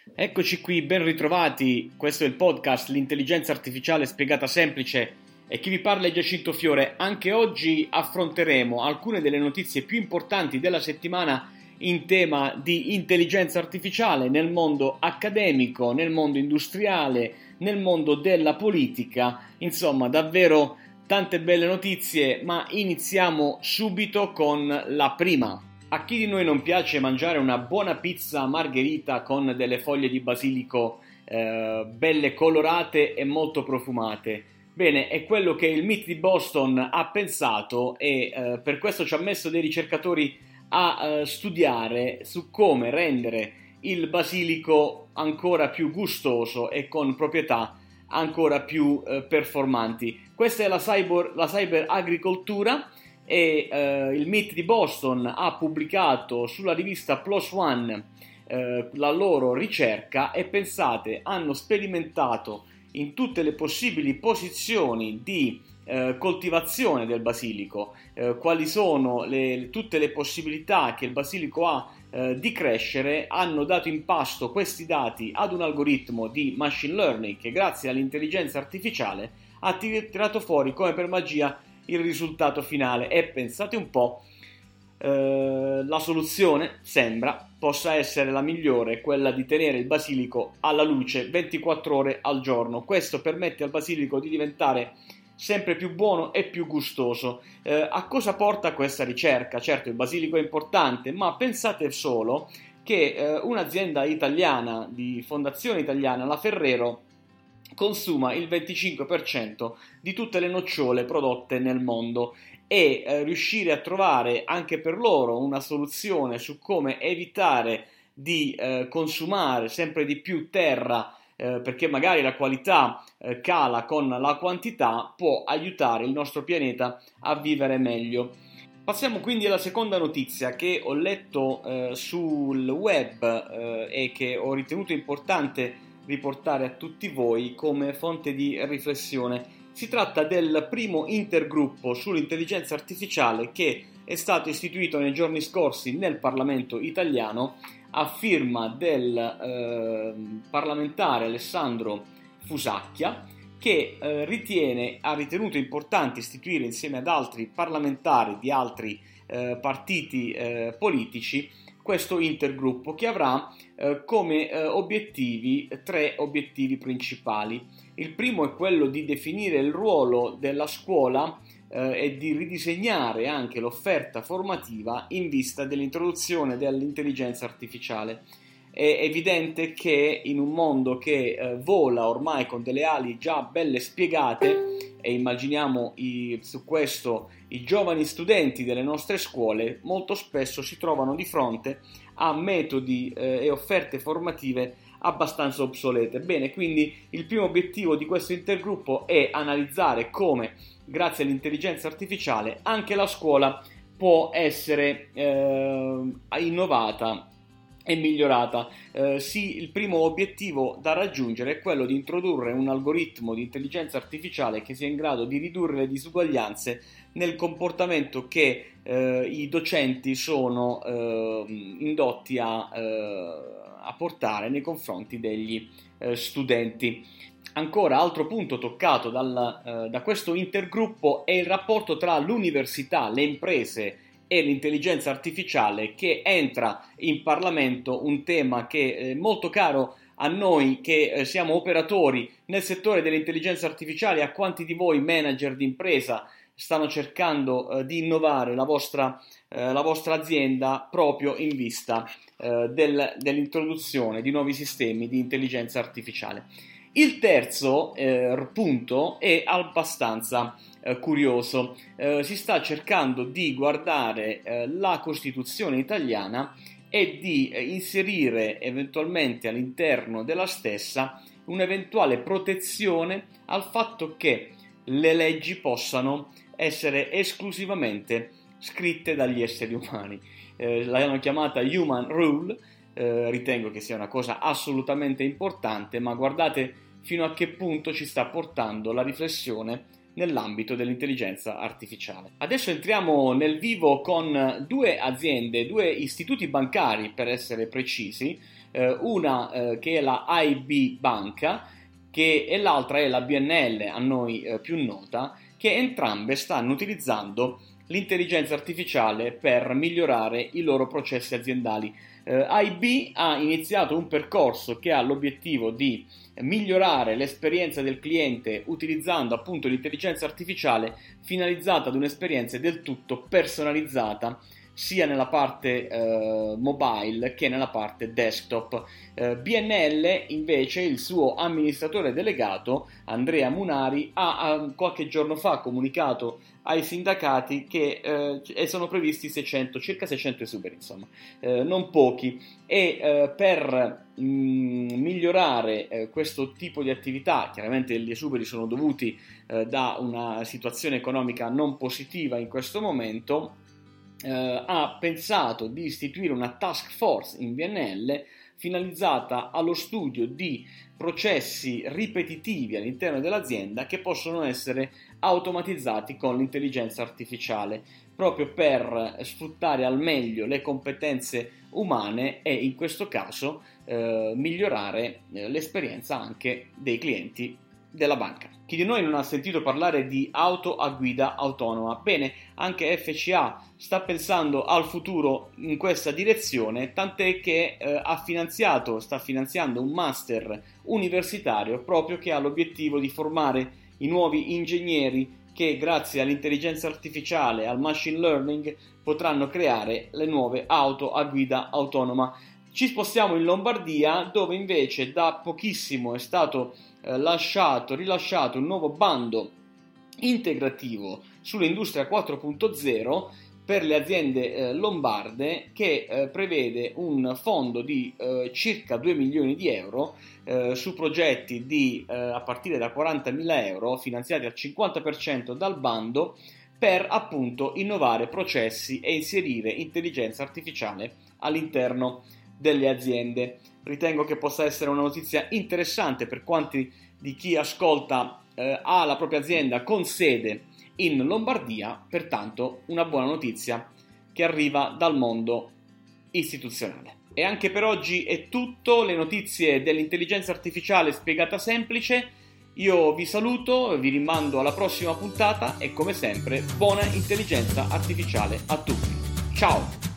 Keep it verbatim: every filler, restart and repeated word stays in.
Eccoci qui, ben ritrovati. Questo è il podcast L'intelligenza artificiale spiegata semplice e chi vi parla è Giacinto Fiore. Anche oggi affronteremo alcune delle notizie più importanti della settimana in tema di intelligenza artificiale nel mondo accademico, nel mondo industriale, nel mondo della politica. Insomma, davvero tante belle notizie, ma iniziamo subito con la prima. A chi di noi non piace mangiare una buona pizza margherita con delle foglie di basilico eh, belle colorate e molto profumate? Bene, è quello che il M I T di Boston ha pensato e eh, per questo ci ha messo dei ricercatori a eh, studiare su come rendere il basilico ancora più gustoso e con proprietà ancora più eh, performanti. Questa è la cyber, la cyber agricoltura. E eh, il M I T di Boston ha pubblicato sulla rivista PLOS ONE eh, la loro ricerca e pensate, hanno sperimentato in tutte le possibili posizioni di eh, coltivazione del basilico, eh, quali sono le, tutte le possibilità che il basilico ha eh, di crescere, hanno dato in pasto questi dati ad un algoritmo di machine learning che grazie all'intelligenza artificiale ha tirato fuori come per magia il risultato finale. E pensate un po', eh, la soluzione sembra possa essere la migliore, quella di tenere il basilico alla luce ventiquattro ore al giorno. Questo permette al basilico di diventare sempre più buono e più gustoso. Eh, a cosa porta questa ricerca? Certo, il basilico è importante, ma pensate solo che eh, un'azienda italiana di fondazione italiana, la Ferrero, consuma il venticinque per cento di tutte le nocciole prodotte nel mondo e eh, riuscire a trovare anche per loro una soluzione su come evitare di eh, consumare sempre di più terra eh, perché magari la qualità eh, cala con la quantità, può aiutare il nostro pianeta a vivere meglio. Passiamo quindi alla seconda notizia che ho letto eh, sul web eh, e che ho ritenuto importante riportare a tutti voi come fonte di riflessione. Si tratta del primo intergruppo sull'intelligenza artificiale che è stato istituito nei giorni scorsi nel Parlamento italiano a firma del eh, parlamentare Alessandro Fusacchia, che eh, ritiene, ha ritenuto importante istituire insieme ad altri parlamentari di altri eh, partiti eh, politici questo intergruppo che avrà eh, come eh, obiettivi tre obiettivi principali. Il primo è quello di definire il ruolo della scuola eh, e di ridisegnare anche l'offerta formativa in vista dell'introduzione dell'intelligenza artificiale. È evidente che in un mondo che eh, vola ormai con delle ali già belle spiegate, e immaginiamo i, su questo i giovani studenti delle nostre scuole molto spesso si trovano di fronte a metodi eh, e offerte formative abbastanza obsolete. Bene, quindi il primo obiettivo di questo intergruppo è analizzare come, grazie all'intelligenza artificiale, anche la scuola può essere eh, innovata e migliorata. Eh, sì, il primo obiettivo da raggiungere è quello di introdurre un algoritmo di intelligenza artificiale che sia in grado di ridurre le disuguaglianze nel comportamento che eh, i docenti sono eh, indotti a, eh, a portare nei confronti degli eh, studenti. Ancora, altro punto toccato dal, eh, da questo intergruppo è il rapporto tra l'università, le imprese e l'intelligenza artificiale, che entra in Parlamento, un tema che è molto caro a noi che eh, siamo operatori nel settore dell'intelligenza artificiale. A quanti di voi manager di impresa stanno cercando eh, di innovare la vostra, eh, la vostra azienda proprio in vista eh, del, dell'introduzione di nuovi sistemi di intelligenza artificiale. Il terzo eh, punto è abbastanza eh, curioso. Eh, si sta cercando di guardare eh, la Costituzione italiana e di eh, inserire eventualmente all'interno della stessa un'eventuale protezione al fatto che le leggi possano essere esclusivamente scritte dagli esseri umani. Eh, l'hanno chiamata Human Rule, eh, ritengo che sia una cosa assolutamente importante, ma guardate fino a che punto ci sta portando la riflessione nell'ambito dell'intelligenza artificiale. Adesso entriamo nel vivo con due aziende, due istituti bancari per essere precisi, eh, una eh, che è la A I B Banca che, e l'altra è la B N L, a noi eh, più nota, che entrambe stanno utilizzando l'intelligenza artificiale per migliorare i loro processi aziendali. Eh, A I B ha iniziato un percorso che ha l'obiettivo di migliorare l'esperienza del cliente utilizzando appunto l'intelligenza artificiale finalizzata ad un'esperienza del tutto personalizzata sia nella parte eh, mobile che nella parte desktop. Eh, B N L invece, il suo amministratore delegato Andrea Munari ha, ha qualche giorno fa comunicato ai sindacati che eh, sono previsti seicento, circa seicento esuberi, insomma, eh, non pochi, e eh, per mh, migliorare eh, questo tipo di attività, chiaramente gli esuberi sono dovuti eh, da una situazione economica non positiva in questo momento, eh, ha pensato di istituire una task force in B N L finalizzata allo studio di processi ripetitivi all'interno dell'azienda che possono essere automatizzati con l'intelligenza artificiale, proprio per sfruttare al meglio le competenze umane e in questo caso eh, migliorare eh, l'esperienza anche dei clienti della banca. Chi di noi non ha sentito parlare di auto a guida autonoma? Bene, anche F C A sta pensando al futuro in questa direzione, tant'è che eh, ha finanziato, sta finanziando un master universitario proprio che ha l'obiettivo di formare i nuovi ingegneri che grazie all'intelligenza artificiale, al machine learning, potranno creare le nuove auto a guida autonoma. Ci spostiamo in Lombardia, dove invece da pochissimo è stato eh, lasciato, rilasciato un nuovo bando integrativo sull'industria quattro punto zero per le aziende eh, lombarde, che eh, prevede un fondo di eh, circa due milioni di euro eh, su progetti di, eh, a partire da quarantamila euro, finanziati al cinquanta per cento dal bando, per appunto innovare processi e inserire intelligenza artificiale all'interno delle aziende. Ritengo che possa essere una notizia interessante per quanti di chi ascolta eh, ha la propria azienda con sede in Lombardia, pertanto una buona notizia che arriva dal mondo istituzionale. E anche per oggi è tutto, le notizie dell'intelligenza artificiale spiegata semplice. Io vi saluto, vi rimando alla prossima puntata e come sempre buona intelligenza artificiale a tutti. Ciao!